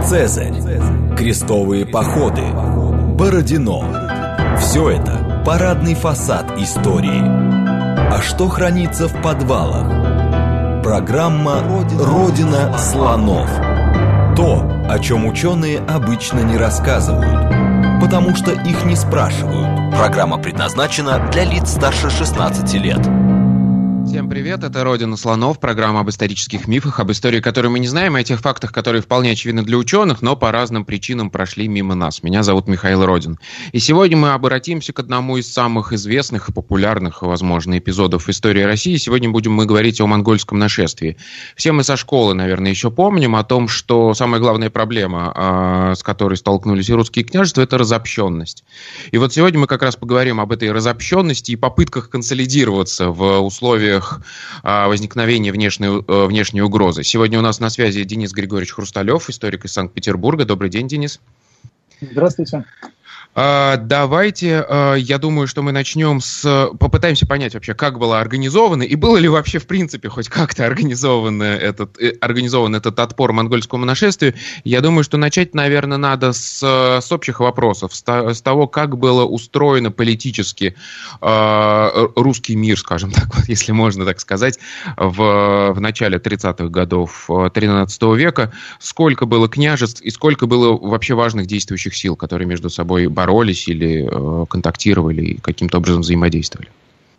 Цезарь, крестовые походы, Бородино. Все это парадный фасад истории. А что хранится в подвалах? Программа «Родина слонов». То, о чем ученые обычно не рассказывают, потому что их не спрашивают. Программа предназначена для лиц старше 16 лет. Всем привет, это «Родина слонов», программа об исторических мифах, об истории, которую мы не знаем, и о тех фактах, которые вполне очевидны для ученых, но по разным причинам прошли мимо нас. Меня зовут Михаил Родин. И сегодня мы обратимся к одному из самых известных и популярных, возможно, эпизодов истории России. Сегодня будем мы говорить о монгольском нашествии. Все мы со школы, наверное, еще помним о том, что самая главная проблема, с которой столкнулись и русские княжества, это разобщенность. И вот сегодня мы как раз поговорим об этой разобщенности и попытках консолидироваться в условиях возникновения внешней угрозы. Сегодня у нас на связи Денис Григорьевич Хрусталев, историк из Санкт-Петербурга. Добрый день, Денис. Здравствуйте. Давайте, я думаю, что мы начнем попытаемся понять вообще, как было организовано, и было ли вообще, в принципе, хоть как-то организован этот отпор монгольскому нашествию. Я думаю, что начать, наверное, надо с общих вопросов, с того, как было устроено политически русский мир, скажем так, если можно так сказать, в начале 30-х годов 13 века. Сколько было княжеств и сколько было вообще важных действующих сил, которые между собой боролись или контактировали и каким-то образом взаимодействовали?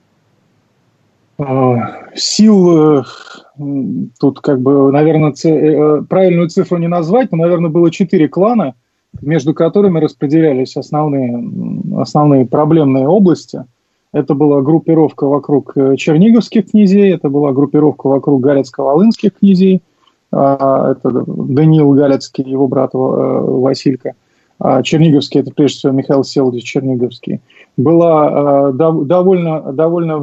Сил тут, наверное, правильную цифру не назвать, но, наверное, было 4 клана, между которыми распределялись основные проблемные области. Это была группировка вокруг черниговских князей, это была группировка вокруг галицко-волынских князей, это Даниил Галицкий и его брат Василька. Черниговский, это прежде всего Михаил Всеволодович Черниговский, была довольно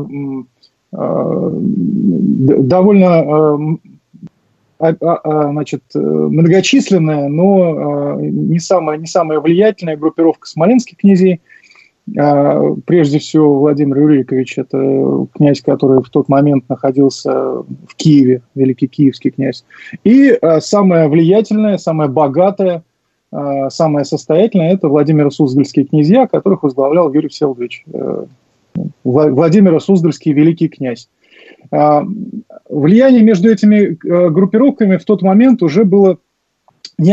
многочисленная, но не самая влиятельная группировка смоленских князей. Прежде всего Владимир Рюрикович, это князь, который в тот момент находился в Киеве, великий киевский князь. И самая влиятельная, самая богатая, самое состоятельное – это Владимиро-Суздальские князья, которых возглавлял Юрий Всеволодович. Владимиро-Суздальский великий князь. Влияние между этими группировками в тот момент уже было не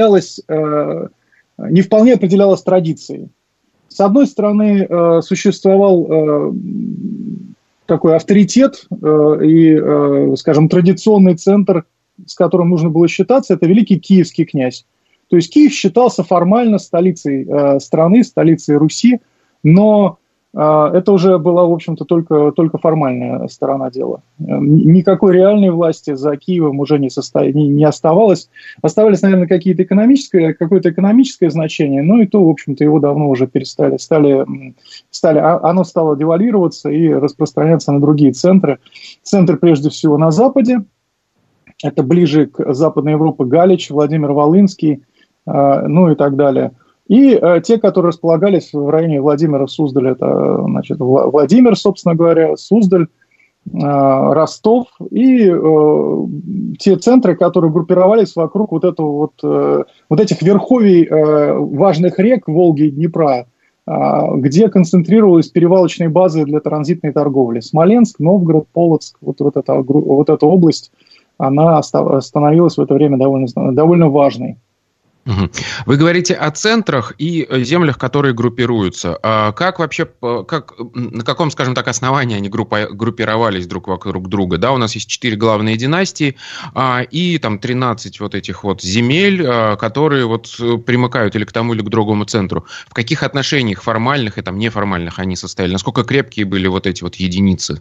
вполне определялось традицией. С одной стороны, существовал такой авторитет и, скажем, традиционный центр, с которым нужно было считаться – это великий киевский князь. То есть Киев считался формально столицей страны, столицей Руси, но это уже была, в общем-то, только формальная сторона дела. Никакой реальной власти за Киевом уже не оставалось. Оставались, наверное, какое-то экономическое значение, но и то, в общем-то, его давно уже перестали. Оно стало девальвироваться и распространяться на другие центры. Центр, прежде всего, на Западе. Это ближе к Западной Европе Галич, Владимир Волынский, ну и так далее. И те, которые располагались в районе Владимира, Суздаля, это, значит, Владимир, собственно говоря, Суздаль, Ростов и те центры, которые группировались вокруг вот этих верховий важных рек Волги и Днепра, где концентрировались перевалочные базы для транзитной торговли. Смоленск, Новгород, Полоцк, вот эта область, она становилась в это время довольно важной. Вы говорите о центрах и землях, которые группируются. Как вообще, на каком, скажем так, основании они группировались друг вокруг друга? Да, у нас есть 4 главные династии и там 13 вот этих вот земель, которые вот примыкают или к тому, или к другому центру. В каких отношениях формальных и там неформальных они состояли? Насколько крепкие были вот эти вот единицы?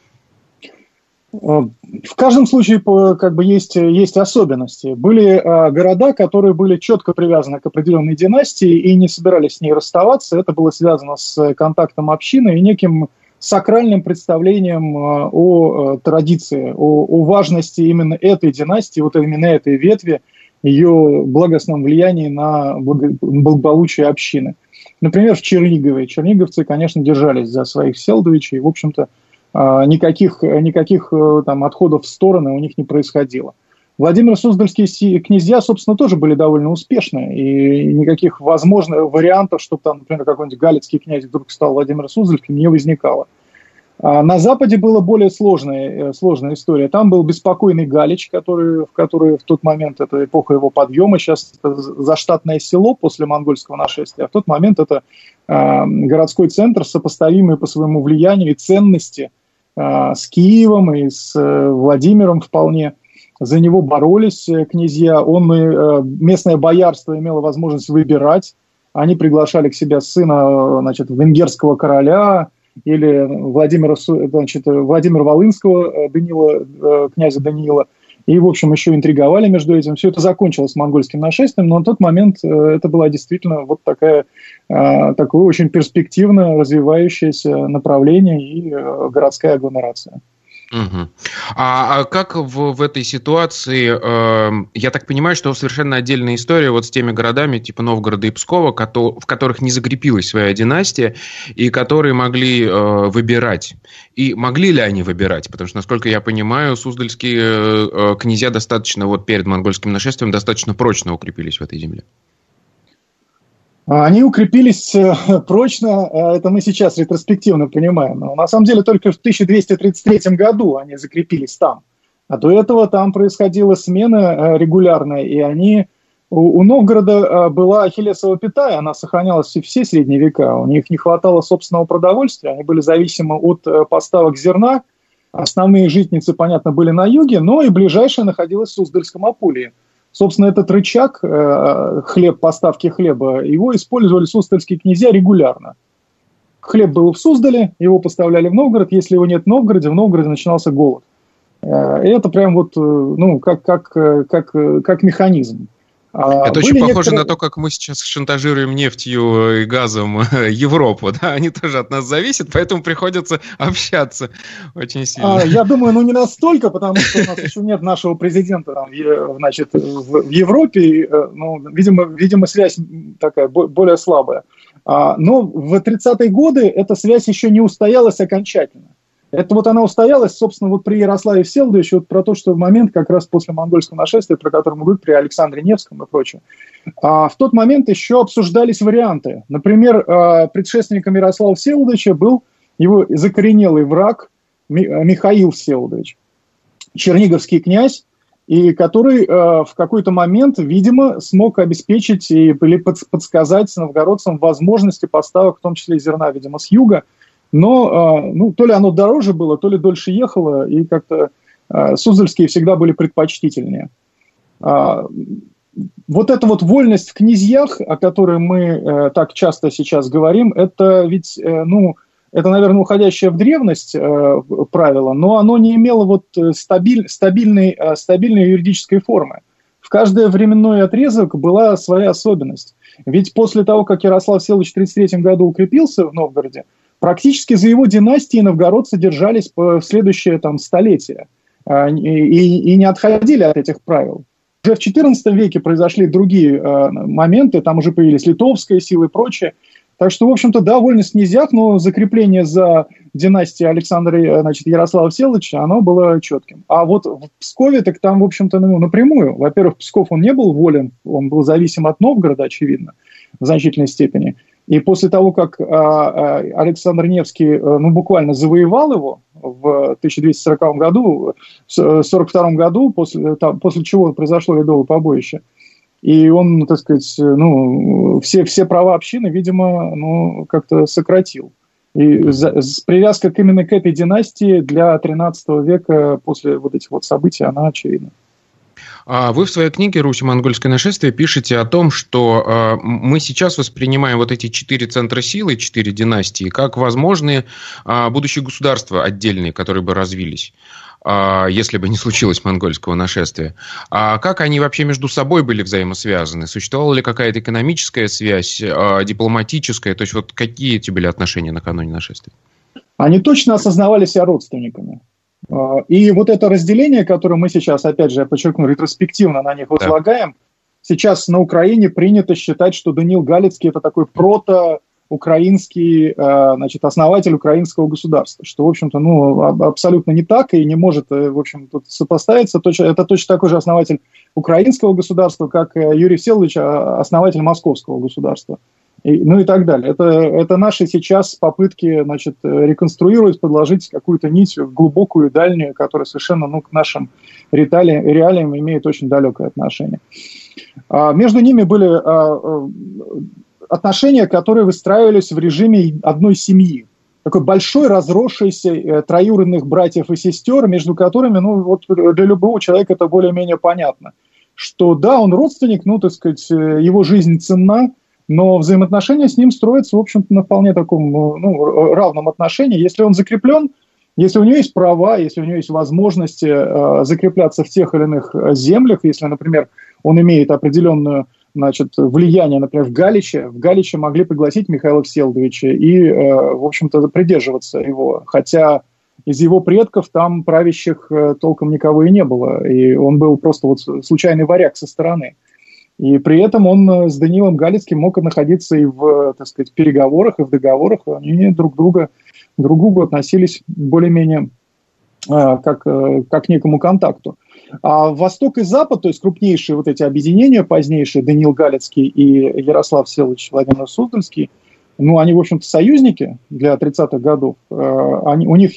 В каждом случае есть особенности. Были города, которые были четко привязаны к определенной династии и не собирались с ней расставаться. Это было связано с контактом общины и неким сакральным представлением о традиции, о важности именно этой династии, вот именно этой ветви, ее благостном влиянии на благополучие общины. Например, в Чернигове. Черниговцы, конечно, держались за своих Всеволодовичей, в общем-то, никаких там отходов в стороны у них не происходило. Владимир Суздальские князья, собственно, тоже были довольно успешны, и никаких возможных вариантов, чтобы там, например, какой-нибудь галицкий князь вдруг стал Владимиром Суздальским, не возникало. На Западе была более сложная история. Там был беспокойный Галич, который в тот момент, это эпоха его подъема, сейчас это заштатное село после монгольского нашествия, а в тот момент это городской центр, сопоставимый по своему влиянию и ценности с Киевом и с Владимиром вполне. За него боролись князья. Местное боярство имело возможность выбирать. Они приглашали к себе сына, венгерского короля или Владимира Волынского, князя Даниила. И, в общем, еще интриговали между этим. Все это закончилось монгольским нашествием, но на тот момент это было действительно вот такое очень перспективное, развивающееся направление и городская агломерация. Угу. А как в этой ситуации, я так понимаю, что совершенно отдельная история вот с теми городами типа Новгорода и Пскова, в которых не закрепилась своя династия, и которые могли выбирать. И могли ли они выбирать? Потому что, насколько я понимаю, суздальские князья достаточно, вот перед монгольским нашествием, достаточно прочно укрепились в этой земле. Они укрепились прочно, это мы сейчас ретроспективно понимаем. Но на самом деле только в 1233 году они закрепились там. А до этого там происходила смена регулярная, и у Новгорода была ахиллесова пята, и она сохранялась все средние века. У них не хватало собственного продовольствия, они были зависимы от поставок зерна. Основные житницы, понятно, были на юге, но и ближайшая находилась в Суздальском Апулии. Собственно, этот рычаг, поставки хлеба, его использовали суздальские князья регулярно. Хлеб был в Суздале, его поставляли в Новгород. Если его нет в Новгороде начинался голод. И это прям как механизм. Это очень похоже на то, как мы сейчас шантажируем нефтью и газом Европу. Да? Они тоже от нас зависят, поэтому приходится общаться очень сильно. Я думаю, не настолько, потому что у нас еще нет нашего президента в Европе. Видимо, связь такая более слабая. Но в 30-е годы эта связь еще не устоялась окончательно. Это она устоялась, собственно, при Ярославе Всеволодовиче, про то, что в момент как раз после монгольского нашествия, про который мы говорим, при Александре Невском и прочее. В тот момент еще обсуждались варианты. Например, предшественником Ярослава Всеволодовича был его закоренелый враг Михаил Всеволодович, черниговский князь, и который в какой-то момент, видимо, смог обеспечить или подсказать новгородцам возможности поставок, в том числе и зерна, видимо, с юга. Но то ли оно дороже было, то ли дольше ехало, и как-то суздальские всегда были предпочтительнее. Вот эта вольность в князьях, о которой мы так часто сейчас говорим, это ведь, это, наверное, уходящее в древность правило, но оно не имело стабильной юридической формы. В каждый временной отрезок была своя особенность. Ведь после того, как Ярослав Всеволодович в 1933 году укрепился в Новгороде, практически за его династией новгородцы держались в следующее столетие и не отходили от этих правил. Уже в XIV веке произошли другие моменты, там уже появились литовская сила и прочее. Так что, в общем-то, да, вольность в князьях, но закрепление за династией Ярослава Всеволодовича, оно было четким. А вот в Пскове, так там, в общем-то, напрямую. Во-первых, Псков, он не был волен, он был зависим от Новгорода, очевидно, в значительной степени. И после того, как Александр Невский буквально завоевал его в 1240 году, в 1942 году, после чего произошло Ледовое побоище, и он, так сказать, все права общины, видимо, как-то сократил. И привязка именно к этой династии для XIII века после этих событий, она очевидна. Вы в своей книге «Русь и монгольское нашествие» пишете о том, что мы сейчас воспринимаем эти 4 центра силы, 4 династии, как возможные будущие государства отдельные, которые бы развились, если бы не случилось монгольского нашествия. А как они вообще между собой были взаимосвязаны? Существовала ли какая-то экономическая связь, дипломатическая? То есть какие эти были отношения накануне нашествия? Они точно осознавали себя родственниками. И это разделение, которое мы сейчас, опять же, я подчеркну, ретроспективно на них возлагаем, сейчас на Украине принято считать, что Даниил Галицкий – это такой украинский, значит, основатель украинского государства, что, в общем-то, абсолютно не так и не может, в общем, тут сопоставиться. Это точно такой же основатель украинского государства, как Юрий Всеволодович, основатель московского государства. И так далее. Это наши сейчас попытки, значит, реконструировать, подложить какую-то нить глубокую и дальнюю, которая совершенно, к нашим реалиям имеет очень далекое отношение. Между ними были отношения, которые выстраивались в режиме одной семьи. Такой большой, разросшийся троюродных братьев и сестер, между которыми, для любого человека это более-менее понятно. Что да, он родственник, так сказать, его жизнь ценна, но взаимоотношения с ним строятся, в общем-то, на вполне таком, равном отношении. Если он закреплен, если у него есть права, если у него есть возможности закрепляться в тех или иных землях, если, например, он имеет определенное, значит, влияние, например, в Галиче могли пригласить Михаила Всеволодовича и, в общем-то, придерживаться его. Хотя из его предков там правящих толком никого и не было. И он был просто случайный варяг со стороны. И при этом он с Даниилом Галицким мог находиться и в, так сказать, переговорах, и в договорах. Они друг к другу относились более-менее как к некому контакту. А Восток и Запад, то есть крупнейшие вот эти объединения позднейшие, Даниил Галицкий и Ярослав Всеволодович Владимир Суздальский, они, в общем-то, союзники для 30-х годов. У них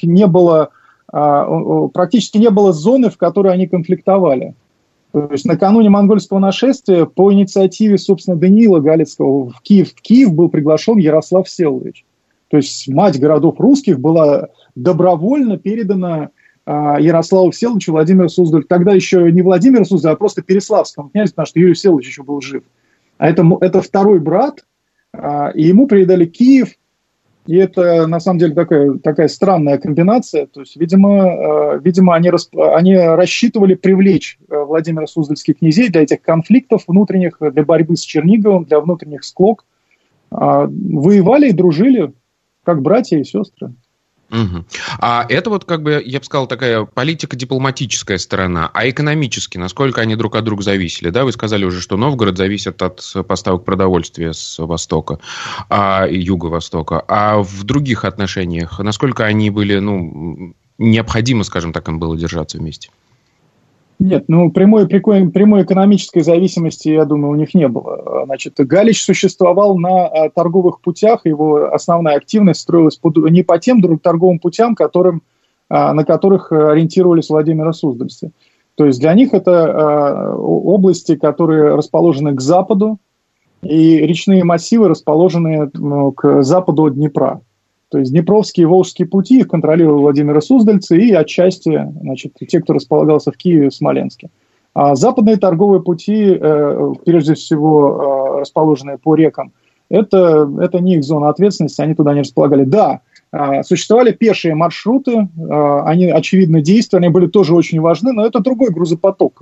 практически не было зоны, в которой они конфликтовали. То есть накануне монгольского нашествия по инициативе, собственно, Даниила Галицкого в Киев был приглашен Ярослав Всеволодович. То есть мать городов русских была добровольно передана Ярославу Всеволодовичу Владимиру Суздалю. Тогда еще не Владимиру Суздалю, а просто Переславскому князю, потому что Юрий Всеволодович еще был жив. А это второй брат, и ему передали Киев. И это, на самом деле, такая странная комбинация. То есть, видимо, они рассчитывали привлечь Владимира Суздальских князей для этих конфликтов внутренних, для борьбы с Черниговым, для внутренних склок. Воевали и дружили, как братья и сестры. Угу. А это я бы сказал, такая политико-дипломатическая сторона. А экономически, насколько они друг от друга зависели? Да, вы сказали уже, что Новгород зависит от поставок продовольствия с Востока и Юго-Востока. А в других отношениях, насколько они были, необходимо, скажем так, им было держаться вместе? Нет, прямой экономической зависимости, я думаю, у них не было. Значит, Галич существовал на торговых путях, его основная активность строилась не по тем торговым путям, на которых ориентировались Владимира Суздальцы. То есть для них это области, которые расположены к западу, и речные массивы расположены к западу от Днепра. То есть Днепровские и Волжские пути их контролировал Владимир Суздальцы и отчасти, значит, те, кто располагался в Киеве и Смоленске. А западные торговые пути, прежде всего расположенные по рекам, это не их зона ответственности, они туда не располагали. Да, существовали пешие маршруты, они, очевидно, действовали, они были тоже очень важны, но это другой грузопоток.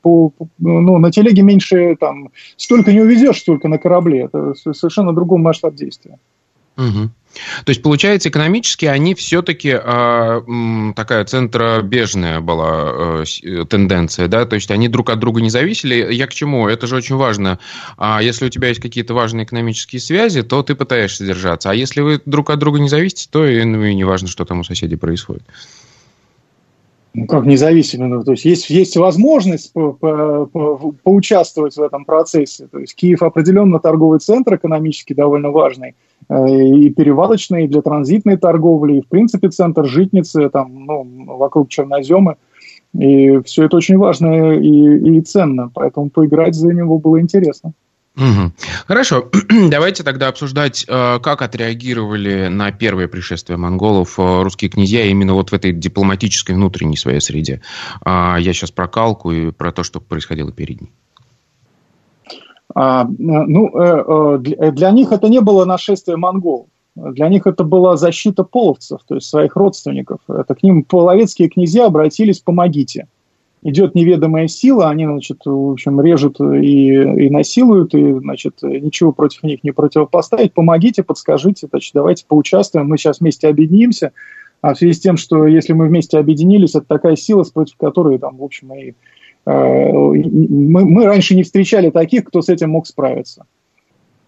На телеге меньше, столько не увезешь, столько на корабле. Это совершенно другой масштаб действия. Угу. То есть, получается, экономически они все-таки такая центробежная была тенденция, да? То есть, они друг от друга не зависели. Я к чему? Это же очень важно. Если у тебя есть какие-то важные экономические связи, то ты пытаешься держаться. А если вы друг от друга не зависите, то и не важно, что там у соседей происходит. Как независимо? То есть возможность поучаствовать в этом процессе. То есть Киев определенно торговый центр, экономически довольно важный, и перевалочный, и для транзитной торговли, и в принципе центр житницы, вокруг Черноземы. И все это очень важно и ценно, поэтому поиграть за него было интересно. Угу. Хорошо, давайте тогда обсуждать, как отреагировали на первое пришествие монголов русские князья именно вот в этой дипломатической внутренней своей среде. Я сейчас про Калку и про то, что происходило перед ней. Для них это не было нашествие монголов. Для них это была защита половцев, то есть своих родственников. Это к ним половецкие князья обратились: помогите. Идет неведомая сила, они, значит, в общем, режут и насилуют, и, значит, ничего против них не противопоставить. Помогите, подскажите, значит, давайте поучаствуем, мы сейчас вместе объединимся. А в связи с тем, что если мы вместе объединились, это такая сила, против которой, в общем, мы раньше не встречали таких, кто с этим мог справиться.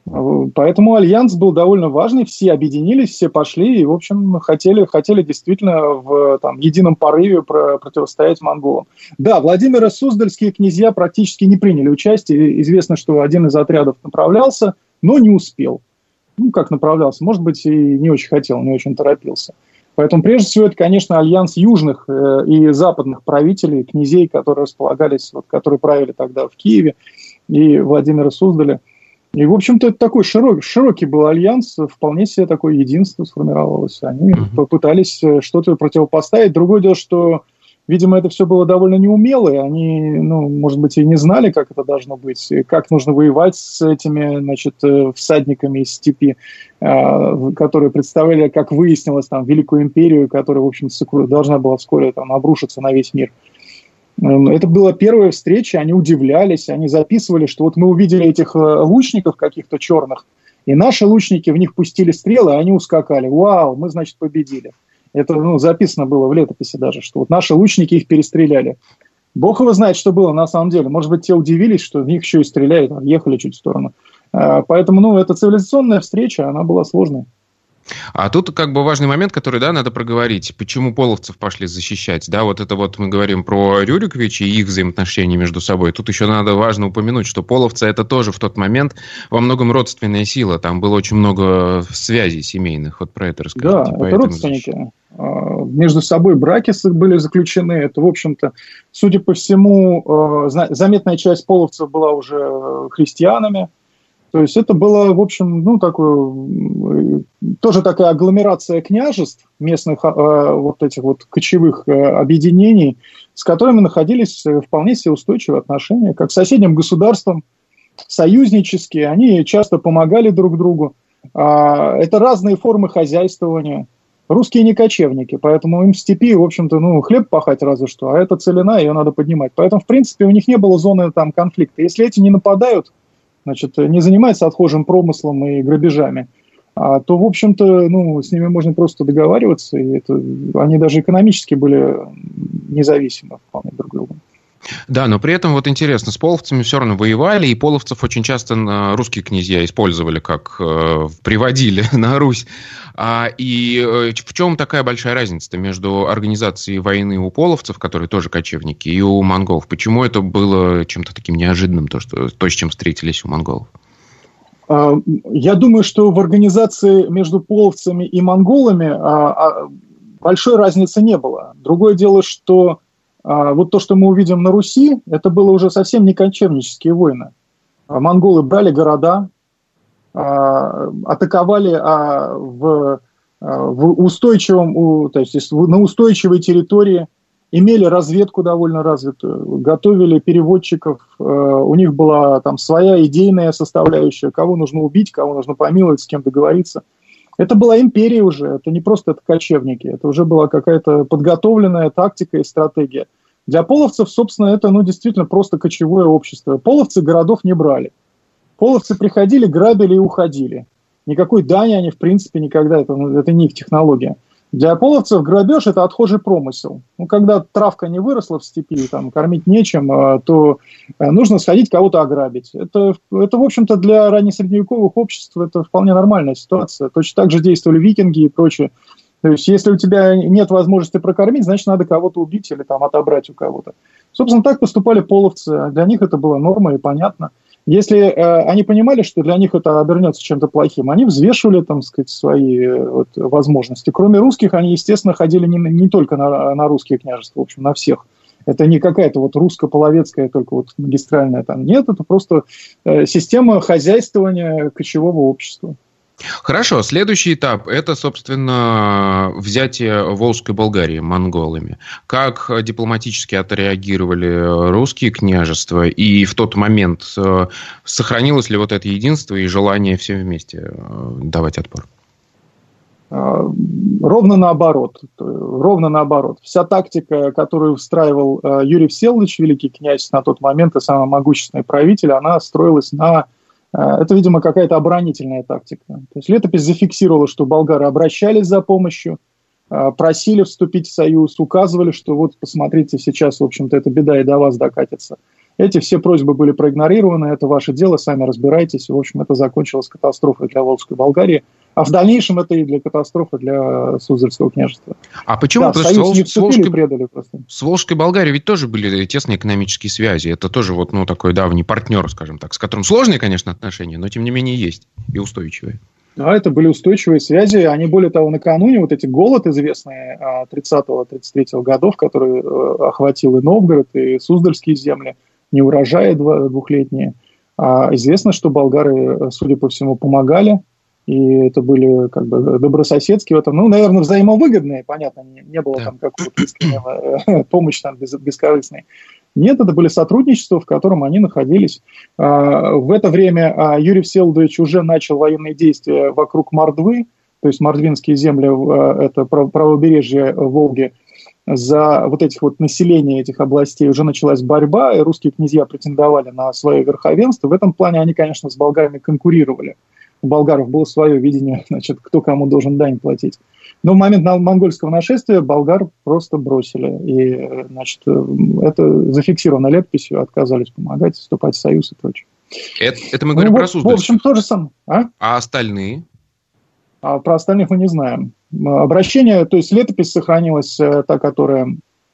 Поэтому альянс был довольно важный, все объединились, все пошли и, в общем, хотели действительно в едином порыве противостоять монголам. Да, Владимир и Суздальские князья практически не приняли участие. Известно, что один из отрядов направлялся, но не успел. Как направлялся? Может быть, и не очень хотел, не очень торопился. Поэтому, прежде всего, это, конечно, альянс южных и западных правителей, князей, которые располагались, которые правили тогда в Киеве, и Владимира Суздаля. И, в общем-то, это такой широкий был альянс, вполне себе такое единство сформировалось. Они попытались что-то противопоставить. Другое дело, что, видимо, это все было довольно неумело, и они, может быть, и не знали, как это должно быть, и как нужно воевать с этими, всадниками из степи, которые представляли, как выяснилось, Великую империю, которая, в общем-то, должна была вскоре обрушиться на весь мир. Это была первая встреча, они удивлялись, они записывали, что вот мы увидели этих лучников каких-то черных, и наши лучники в них пустили стрелы, и они ускакали. Вау, мы, значит, победили. Это записано было в летописи даже, что вот наши лучники их перестреляли. Бог его знает, что было на самом деле. Может быть, те удивились, что в них еще и стреляют, ехали чуть в сторону. Поэтому, эта цивилизационная встреча, она была сложной. А тут важный момент, который, надо проговорить. Почему половцев пошли защищать? Вот это мы говорим про Рюриковича и их взаимоотношения между собой. Тут еще важно упомянуть, что половцы это тоже в тот момент во многом родственная сила. Там было очень много связей семейных. Вот про это расскажите. Да, это родственники. Между собой браки были заключены. Это, в общем-то, судя по всему, заметная часть половцев была уже христианами. То есть это было, в общем, тоже такая агломерация княжеств, местных этих кочевых объединений, с которыми находились вполне себе устойчивые отношения, как с соседним государством, союзнические, они часто помогали друг другу. Это разные формы хозяйствования. Русские не кочевники, поэтому им в степи, в общем-то, хлеб пахать разве что, а это целина, ее надо поднимать. Поэтому, в принципе, у них не было зоны конфликта. Если эти не нападают, не занимаются отхожим промыслом и грабежами, то, в общем-то, с ними можно просто договариваться, и они даже экономически были независимы вполне друг от друга. Да, но при этом интересно, с половцами все равно воевали, и половцев очень часто русские князья использовали, как приводили на Русь. И в чем такая большая разница между организацией войны у половцев, которые тоже кочевники, и у монголов? Почему это было чем-то таким неожиданным, то, с чем встретились у монголов? Я думаю, что в организации между половцами и монголами большой разницы не было. Другое дело, что то, что мы увидим на Руси, это было уже совсем не кочевнические войны. Монголы брали города, атаковали в устойчивом, то есть на устойчивой территории, имели разведку довольно развитую, готовили переводчиков, у них была своя идейная составляющая, кого нужно убить, кого нужно помиловать, с кем договориться. Это была империя уже, это не просто кочевники, это уже была какая-то подготовленная тактика и стратегия. Для половцев, собственно, это действительно просто кочевое общество. Половцы городов не брали. Половцы приходили, грабили и уходили. Никакой дани они, в принципе, никогда, это не их технология. Для половцев грабеж – это отхожий промысел. Когда травка не выросла в степи, кормить нечем, то нужно сходить кого-то ограбить. Это, в общем-то, для раннесредневековых обществ это вполне нормальная ситуация. Точно так же действовали викинги и прочее. То есть, если у тебя нет возможности прокормить, значит, надо кого-то убить или отобрать у кого-то. Собственно, так поступали половцы. Для них это было нормой и понятно. Если они понимали, что для них это обернется чем-то плохим, они взвешивали, свои возможности. Кроме русских, они, естественно, ходили не только на русские княжества, в общем, на всех. Это не какая-то русско-половецкая, только магистральная Нет, это просто система хозяйствования кочевого общества. Хорошо, следующий этап – это, собственно, взятие Волжской Болгарии монголами. Как дипломатически отреагировали русские княжества? И в тот момент сохранилось ли это единство и желание всем вместе давать отпор? Ровно наоборот. Вся тактика, которую встраивал Юрий Всеволодович, великий князь на тот момент и самый могущественный правитель, она строилась на... Это, видимо, какая-то оборонительная тактика. То есть летопись зафиксировала, что болгары обращались за помощью, просили вступить в союз, указывали, что посмотрите, сейчас, в общем-то, эта беда и до вас докатится. Эти все просьбы были проигнорированы, это ваше дело, сами разбирайтесь. В общем, это закончилось катастрофой для Волжской Болгарии. А в дальнейшем это и для катастрофы для Суздальского княжества. А почему? Да, Потому что не вступили, предали просто. С Волжской Болгарией ведь тоже были тесные экономические связи. Это тоже вот, ну, такой давний партнер, скажем так, с которым сложные, конечно, отношения, но тем не менее есть и устойчивые. Да, это были устойчивые связи. Они, более того, накануне вот эти голод известные 30-33 годов, который охватил и Новгород, и Суздальские земли, неурожаи двухлетние. Известно, что болгары, судя по всему, помогали. И это были как бы добрососедские в этом, ну, наверное, взаимовыгодные, понятно, не было там какого-то искреннего помощи там бескорыстной. Нет, это были сотрудничества, в котором они находились. В это время Юрий Всеволодович уже начал военные действия вокруг Мордвы, то есть мордвинские земли, это правобережье Волги, за вот этих вот население этих областей уже началась борьба, и русские князья претендовали на свое верховенство. В этом плане они, конечно, с болгарами конкурировали. У болгаров было свое видение, значит, кто кому должен дань платить. Но в момент монгольского нашествия болгар просто бросили. И, значит, это зафиксировано летописью, отказались помогать, вступать в союз и прочее. Это мы говорим про Суздальских. В общем, то же самое. А остальные? А про остальных мы не знаем. Обращение, то есть летопись сохранилась, та, которая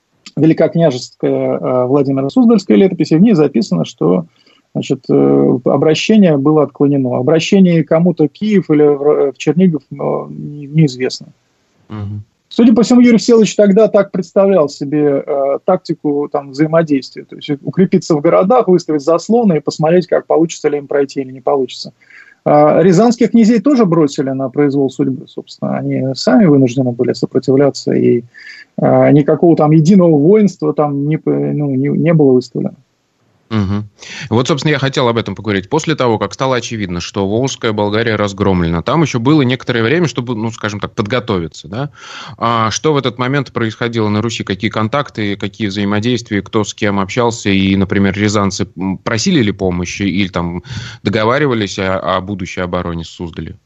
великокняжеская Владимира Суздальская летопись, и в ней записано, что, значит, обращение было отклонено. Обращение кому-то в Киев или в Чернигов неизвестно. Угу. Судя по всему, Юрий Всеволодович тогда так представлял себе тактику там, взаимодействия. То есть укрепиться в городах, выставить заслоны и посмотреть, как получится ли им пройти или не получится. Рязанских князей тоже бросили на произвол судьбы. Собственно, они сами вынуждены были сопротивляться, и никакого там единого воинства там не было выставлено. Угу. Вот, собственно, я хотел об этом поговорить. После того, как стало очевидно, что Волжская Болгария разгромлена, там еще было некоторое время, чтобы, ну, скажем так, подготовиться, да? А что в этот момент происходило на Руси? Какие контакты, какие взаимодействия, кто с кем общался? И, например, рязанцы просили ли помощи или там договаривались о будущей обороне Суздаля?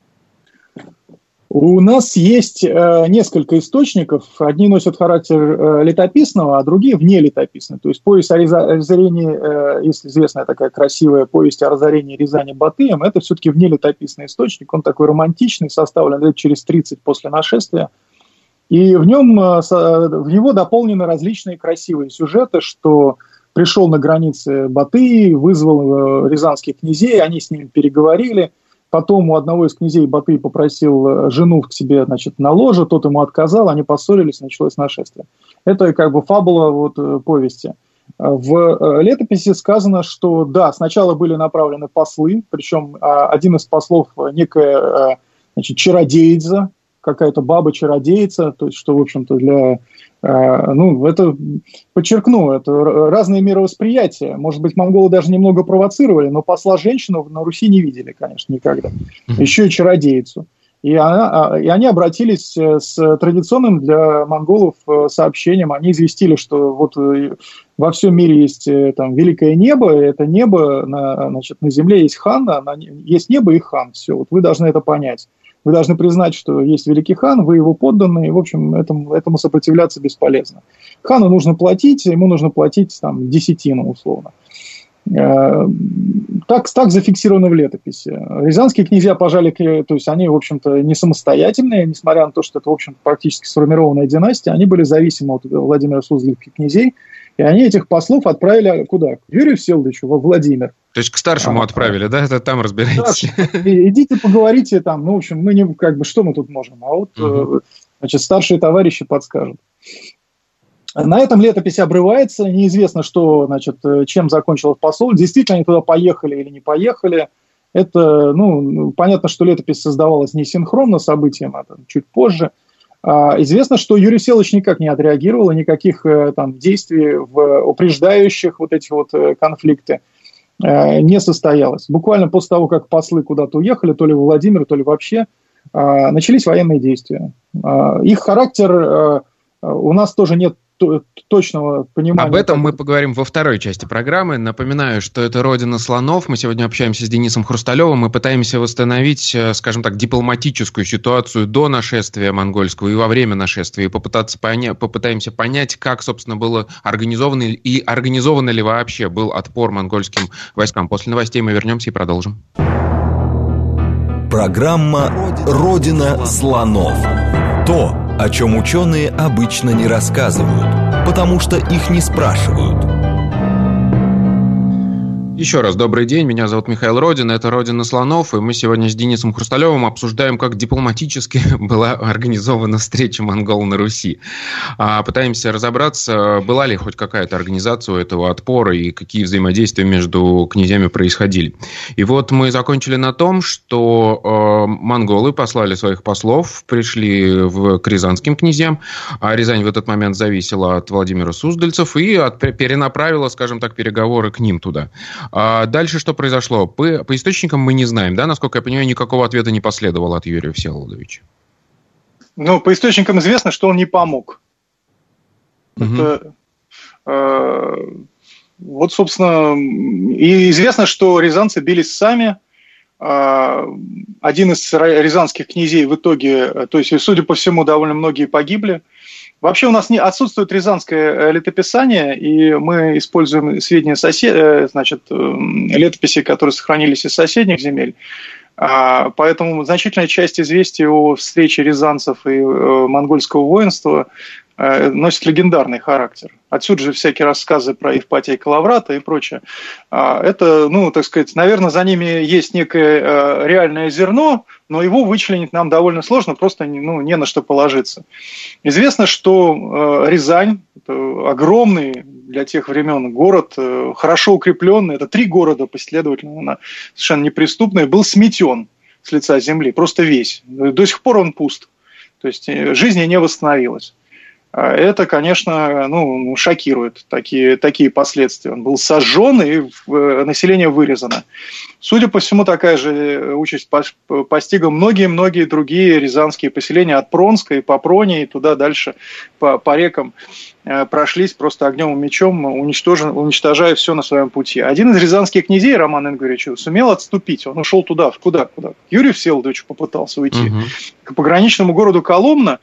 У нас есть несколько источников. Одни носят характер летописного, а другие внелетописные. То есть повесть о разорении, если известная такая красивая повесть о разорении Рязани Батыем, это все-таки внелетописный источник. Он такой романтичный, составлен лет через 30 после нашествия. И в него дополнены различные красивые сюжеты, что пришел на границе Батый, вызвал рязанских князей, они с ними переговорили. Потом у одного из князей Батый попросил жену к себе, значит, на ложе, тот ему отказал, они поссорились, началось нашествие. Это как бы фабула вот, повести. В летописи сказано, что да, сначала были направлены послы, причем один из послов некая, значит, чародейца, какая-то баба-чародейца, то есть, что, в общем-то, для... Ну, это, подчеркну, это разные мировосприятия. Может быть, монголы даже немного провоцировали, но посла женщину на Руси не видели, конечно, никогда. Еще и чародейцу. И они обратились с традиционным для монголов сообщением. Они известили, что вот во всем мире есть там великое небо, и это небо, значит, на земле есть хан, есть небо и хан. Все, вот вы должны это понять. Вы должны признать, что есть великий хан, вы его подданные, и, в общем, этому сопротивляться бесполезно. Хану нужно платить, ему нужно платить там, десятину, условно. Так зафиксировано в летописи. Рязанские князья пожали, то есть они, в общем-то, не самостоятельные, несмотря на то, что это, в общем-то, практически сформированная династия, они были зависимы от Владимира Суздальских князей, и они этих послов отправили куда? К Юрию Всеволодовичу во Владимир. То есть к старшему отправили, да? Это там разбирайтесь. Идите поговорите там, ну, в общем, мы не, как бы, что мы тут можем, а вот, значит, старшие товарищи подскажут. На этом летопись обрывается, неизвестно, что, значит, чем закончилось посол, действительно они туда поехали или не поехали. Это, ну, понятно, что летопись создавалась не синхронно событиям, а чуть позже. Известно, что Юрий Всеволодович никак не отреагировал, и никаких там действий упреждающих вот эти вот конфликты не состоялось. Буквально после того, как послы куда-то уехали, то ли во Владимир, то ли вообще, начались военные действия. Их характер у нас тоже нет точного понимания. Об этом мы поговорим во второй части программы. Напоминаю, что это «Родина слонов». Мы сегодня общаемся с Денисом Хрусталевым. Мы пытаемся восстановить, скажем так, дипломатическую ситуацию до нашествия монгольского и во время нашествия. И попытаемся понять, как, собственно, было организовано и организован ли вообще был отпор монгольским войскам. После новостей мы вернемся и продолжим. Программа «Родина слонов». То, о чем ученые обычно не рассказывают, потому что их не спрашивают. Еще раз добрый день, меня зовут Михаил Родин, это «Родина слонов», и мы сегодня с Денисом Хрусталевым обсуждаем, как дипломатически была организована встреча монгол на Руси. Пытаемся разобраться, была ли хоть какая-то организация у этого отпора и какие взаимодействия между князьями происходили. И вот мы закончили на том, что монголы послали своих послов, пришли к рязанским князьям, а Рязань в этот момент зависела от Владимира Суздальцев и перенаправила, скажем так, переговоры к ним туда. А дальше что произошло? По источникам мы не знаем, да? Насколько я понимаю, никакого ответа не последовало от Юрия Всеволодовича. Ну, по источникам известно, что он не помог. Это, вот, собственно, и известно, что рязанцы бились сами. Один из рязанских князей в итоге, то есть, судя по всему, довольно многие погибли. Вообще у нас отсутствует рязанское летописание, и мы используем сведения летописи, которые сохранились из соседних земель. Поэтому значительная часть известий о встрече рязанцев и монгольского воинства носит легендарный характер. Отсюда же всякие рассказы про Евпатия Калаврата и прочее. Это, так сказать, наверное, за ними есть некое реальное зерно, но его вычленить нам довольно сложно, просто не на что положиться. Известно, что Рязань – это огромный для тех времен город, хорошо укрепленный, это 3 города последовательно, совершенно неприступный, был сметен с лица земли, просто весь. До сих пор он пуст, то есть жизнь не восстановилась. Это, конечно, шокирует такие последствия. Он был сожжен, и население вырезано. Судя по всему, такая же участь постигла многие-многие другие рязанские поселения от Пронска и по Проне, и туда дальше по рекам прошлись просто огнем и мечом, уничтожая все на своем пути. Один из рязанских князей, Роман Ингваревич, сумел отступить. Он ушел туда. Куда? К Юрию Всеволодовичу попытался уйти. К пограничному городу Коломна,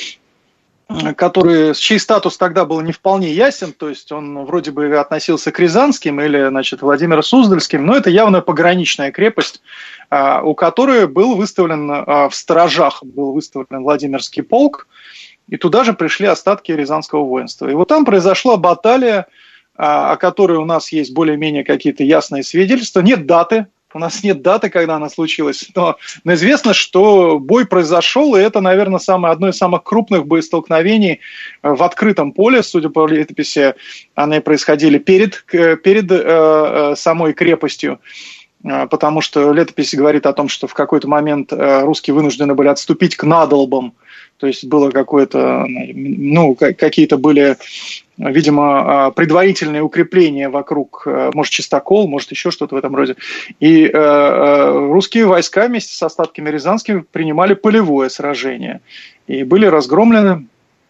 чей статус тогда был не вполне ясен, то есть он вроде бы относился к рязанским или, Владимиро-Суздальским, но это явно пограничная крепость, у которой был выставлен в сторожах, был выставлен Владимирский полк, и туда же пришли остатки рязанского воинства. И вот там произошла баталия, о которой у нас есть более-менее какие-то ясные свидетельства. Нет даты. У нас нет даты, когда она случилась, но известно, что бой произошел, и это, наверное, одно из самых крупных боестолкновений в открытом поле, судя по летописи, они происходили перед самой крепостью, потому что летопись говорит о том, что в какой-то момент русские вынуждены были отступить к надолбам, то есть было какие-то были, видимо, предварительные укрепления вокруг, может, чистокол, может, еще что-то в этом роде. И русские войска вместе с остатками рязанских принимали полевое сражение и были разгромлены.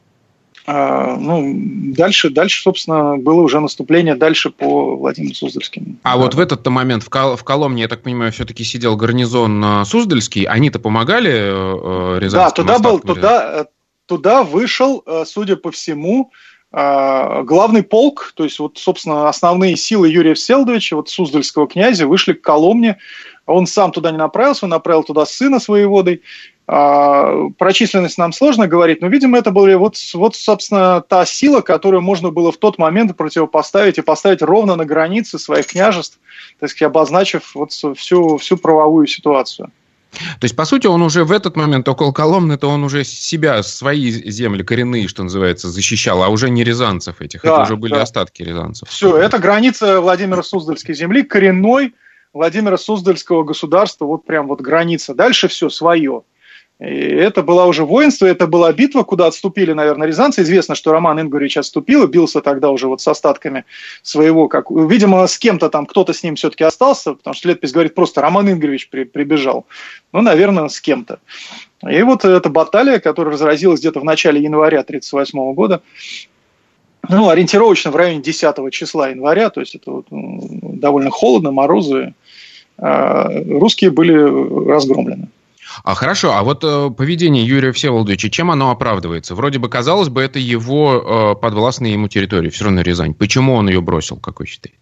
Дальше, собственно, было уже наступление дальше по Владимиру Суздальскому. А вот в этот момент в Коломне, я так понимаю, все-таки сидел гарнизон Суздальский. Они-то помогали рязанским остаткам? Да, туда вышел, судя по всему, главный полк, то есть, собственно, основные силы Юрия Всеволодовича, Суздальского князя, вышли к Коломне. Он сам туда не направился, он направил туда сына с воеводой. Про численность нам сложно говорить, но, видимо, это была собственно, та сила, которую можно было в тот момент противопоставить и поставить ровно на границе своих княжеств, так сказать, обозначив всю правовую ситуацию. То есть, по сути, он уже в этот момент около Коломны-то он уже свои земли коренные, что называется, защищал, а уже не рязанцев этих, да, это уже были остатки рязанцев. Все, это граница Владимиро-Суздальской земли, коренной Владимиро-Суздальского государства, граница. Дальше все свое. И это было уже воинство, это была битва, куда отступили, наверное, рязанцы. Известно, что Роман Ингваревич отступил и бился тогда уже с остатками своего, видимо, с кем-то там, кто-то с ним все-таки остался, потому что летопись говорит просто Роман Ингваревич прибежал. Наверное, с кем-то. И эта баталия, которая разразилась где-то в начале января 1938 года, ориентировочно в районе 10 числа января, то есть это вот, довольно холодно, морозы, русские были разгромлены. Хорошо, а вот поведение Юрия Всеволодовича, чем оно оправдывается? Вроде бы, казалось бы, это его подвластная ему территория, все равно Рязань. Почему он ее бросил, как вы считаете?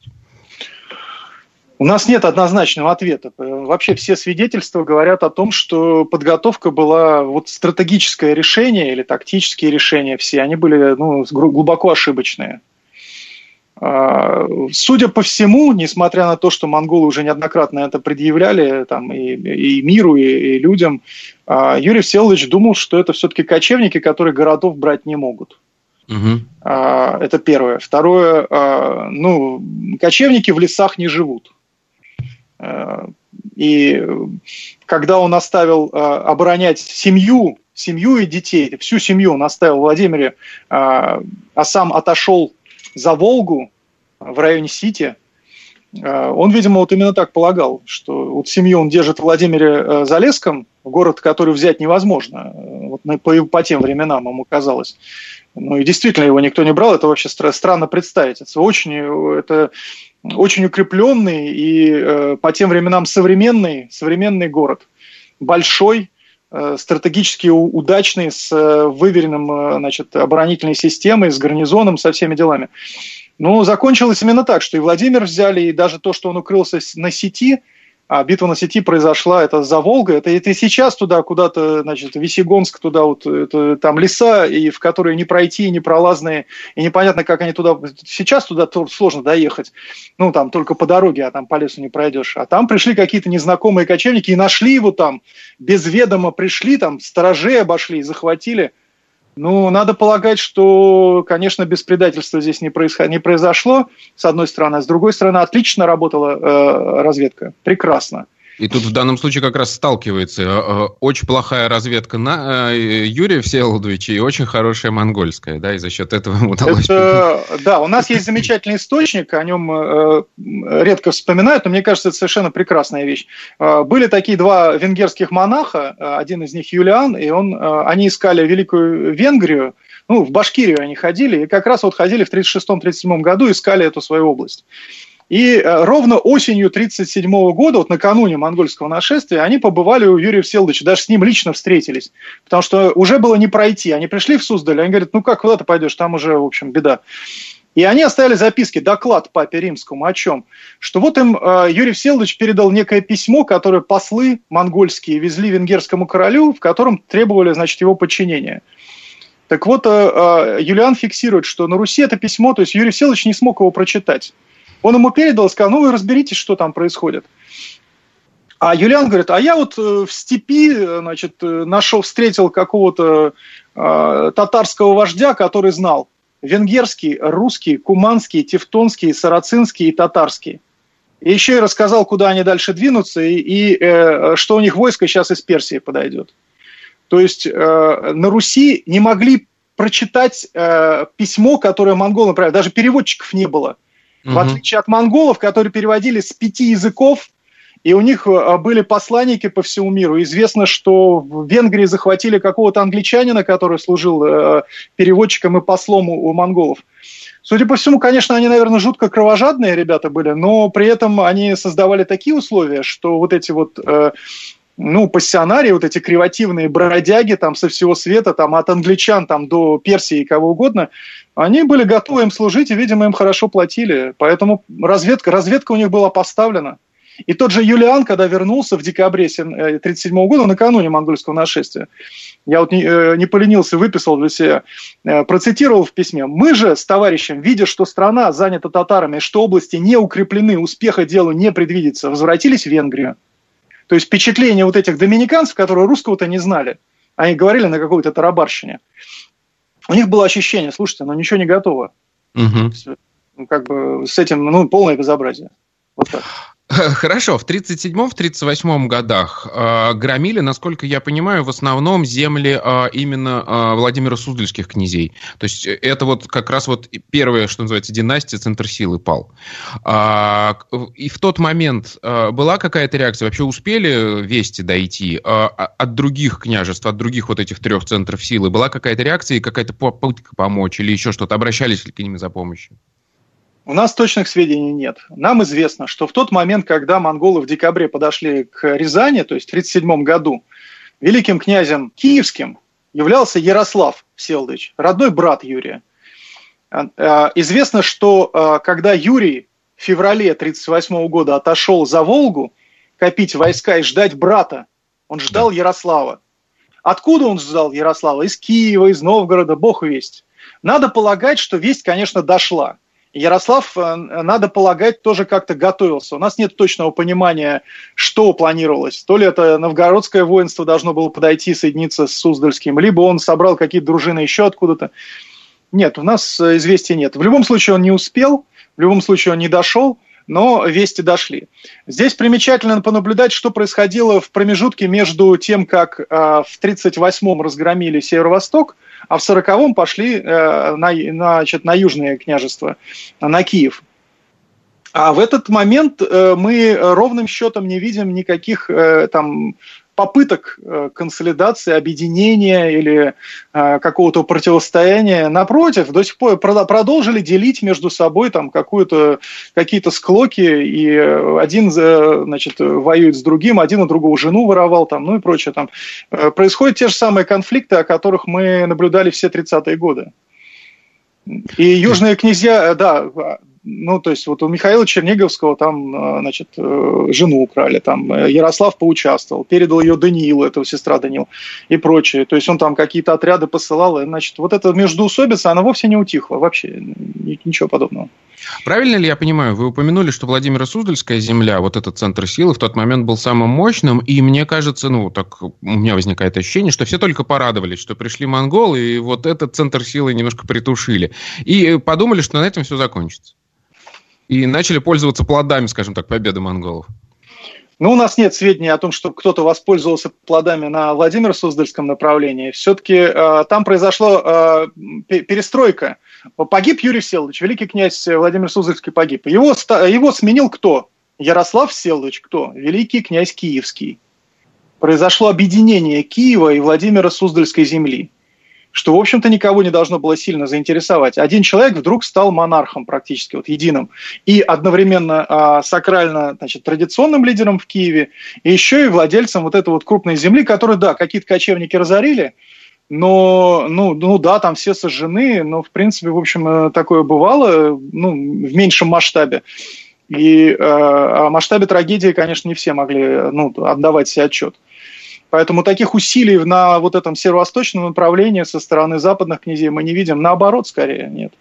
У нас нет однозначного ответа. Вообще все свидетельства говорят о том, что подготовка была, вот стратегическое решение или тактические решения все, они были глубоко ошибочные. Судя по всему, несмотря на то, что монголы уже неоднократно это предъявляли там, и миру, и людям, Юрий Всеволодович думал, что это все-таки кочевники, которые городов брать не могут. Угу. Это первое. Второе, кочевники в лесах не живут. И когда он оставил оборонять семью и детей, всю семью он оставил в Владимире, а сам отошел за Волгу в районе Сити, он, видимо, вот именно так полагал, что вот семью он держит в Владимире Залесском, город, который взять невозможно, вот по тем временам ему казалось. И действительно его никто не брал, это вообще странно представить. Это очень укрепленный и по тем временам современный город. Большой, стратегически удачный, с выверенным, оборонительной системой, с гарнизоном, со всеми делами. Но закончилось именно так, что и Владимир взяли, и даже то, что он укрылся на Сети, а битва на Сети произошла, это за Волгой, это и сейчас туда куда-то, Весьегонск, туда вот, это, там леса, и в которые не пройти, не пролазные, и непонятно, как они туда, сейчас туда сложно доехать, там только по дороге, а там по лесу не пройдешь, а там пришли какие-то незнакомые кочевники и нашли его там, без ведома пришли, там сторожей обошли, захватили. Надо полагать, что, конечно, без предательства здесь не произошло, с одной стороны, а с другой стороны, отлично работала разведка, прекрасно. И тут в данном случае как раз сталкивается очень плохая разведка на Юрия Всеволодовича и очень хорошая монгольская, да, и за счет этого ему удалось... Да, у нас есть замечательный источник, о нем редко вспоминают, но мне кажется, это совершенно прекрасная вещь. Были такие два венгерских монаха, один из них Юлиан, и они искали Великую Венгрию, в Башкирию они ходили, и как раз вот ходили в 1936-1937 году, искали эту свою область. И ровно осенью 1937 года, вот накануне монгольского нашествия, они побывали у Юрия Всеволодовича, даже с ним лично встретились, потому что уже было не пройти. Они пришли в Суздаль, они говорят, куда ты пойдешь, там уже, в общем, беда. И они оставили записки, доклад папе римскому о чем? Что вот им Юрий Всеволодович передал некое письмо, которое послы монгольские везли венгерскому королю, в котором требовали, его подчинения. Так вот, Юлиан фиксирует, что на Руси это письмо, то есть Юрий Всеволодович не смог его прочитать. Он ему передал и сказал, вы разберитесь, что там происходит. А Юлиан говорит, а я вот в степи, встретил какого-то татарского вождя, который знал венгерский, русский, куманский, тевтонский, сарацинский и татарский. И еще и рассказал, куда они дальше двинутся, и что у них войско сейчас из Персии подойдет. То есть на Руси не могли прочитать письмо, которое монголы направили, даже переводчиков не было. В отличие от монголов, которые переводили с 5 языков, и у них были посланники по всему миру. Известно, что в Венгрии захватили какого-то англичанина, который служил переводчиком и послом у монголов. Судя по всему, конечно, они, наверное, жутко кровожадные ребята были, но при этом они создавали такие условия, что вот эти вот... пассионарии, вот эти кривотивные бродяги там со всего света, там от англичан там до Персии и кого угодно, они были готовы им служить, и, видимо, им хорошо платили. Поэтому разведка у них была поставлена. И тот же Юлиан, когда вернулся в декабре 1937 года, накануне монгольского нашествия, я вот не поленился, выписал для себя, процитировал в письме: «Мы же с товарищем, видя, что страна занята татарами, что области не укреплены, успеха делу не предвидится, возвратились в Венгрию». То есть впечатление вот этих доминиканцев, которые русского-то не знали, они говорили на какой-то тарабарщине, у них было ощущение, слушайте, ничего не готово. С этим, полное безобразие. Вот так. Хорошо, в 1937-1938 годах громили, насколько я понимаю, в основном земли именно Владимира Суздальских князей. То есть это вот как раз вот первая, что называется, династия, центр силы пал. И в тот момент была какая-то реакция? Вообще успели вести дойти от других княжеств, от других вот этих трех центров силы? Была какая-то реакция и какая-то попытка помочь или еще что-то? Обращались ли к ним за помощью? У нас точных сведений нет. Нам известно, что в тот момент, когда монголы в декабре подошли к Рязани, то есть в 1937 году, великим князем киевским являлся Ярослав Всеволодович, родной брат Юрия. Известно, что когда Юрий в феврале 1938 года отошел за Волгу копить войска и ждать брата, он ждал Ярослава. Откуда он ждал Ярослава? Из Киева, из Новгорода, бог весть. Надо полагать, что весть, конечно, дошла. Ярослав, надо полагать, тоже как-то готовился. У нас нет точного понимания, что планировалось. То ли это новгородское воинство должно было подойти, соединиться с Суздальским, либо он собрал какие-то дружины еще откуда-то. Нет, у нас известий нет. В любом случае он не успел, в любом случае он не дошел, но вести дошли. Здесь примечательно понаблюдать, что происходило в промежутке между тем, как в 1938-м разгромили Северо-Восток, а в 1940-м пошли на Южное княжество, на Киев. А в этот момент мы ровным счетом не видим никаких там попыток консолидации, объединения или какого-то противостояния. Напротив, до сих пор продолжили делить между собой там какие-то склоки, и один, значит, воюет с другим, один у другого жену воровал, там, ну и прочее. Там. Происходят те же самые конфликты, о которых мы наблюдали все 30-е годы. И южные князья, да, ну, то есть вот у Михаила Черниговского там, значит, жену украли, там Ярослав поучаствовал, передал ее Даниилу, это сестра Даниила, и прочее. То есть он там какие-то отряды посылал, и, значит, вот эта междоусобица, она вовсе не утихла, вообще ничего подобного. Правильно ли я понимаю, вы упомянули, что Владимиро-Суздальская земля, вот этот центр силы, в тот момент был самым мощным, и мне кажется, ну, так у меня возникает ощущение, что все только порадовались, что пришли монголы, и вот этот центр силы немножко притушили, и подумали, что на этом все закончится. И начали пользоваться плодами, скажем так, победы монголов. Ну, у нас нет сведений о том, что кто-то воспользовался плодами на Владимиро-Суздальском направлении. Все-таки там произошла перестройка. Погиб Юрий Всеволодович, великий князь Владимир Суздальский погиб. Его сменил кто? Ярослав Всеволодович кто? Великий князь Киевский. Произошло объединение Киева и Владимиро-Суздальской земли, что, в общем-то, никого не должно было сильно заинтересовать. Один человек вдруг стал монархом практически, вот единым, и одновременно сакрально, значит, традиционным лидером в Киеве, и еще и владельцем вот этой вот крупной земли, которую, да, какие-то кочевники разорили, но, ну да, там все сожжены, но, в принципе, в общем, такое бывало, ну, в меньшем масштабе. И о масштабе трагедии, конечно, не все могли, ну, отдавать себе отчет. Поэтому таких усилий на вот этом северо-восточном направлении со стороны западных князей мы не видим. Наоборот, скорее, нет.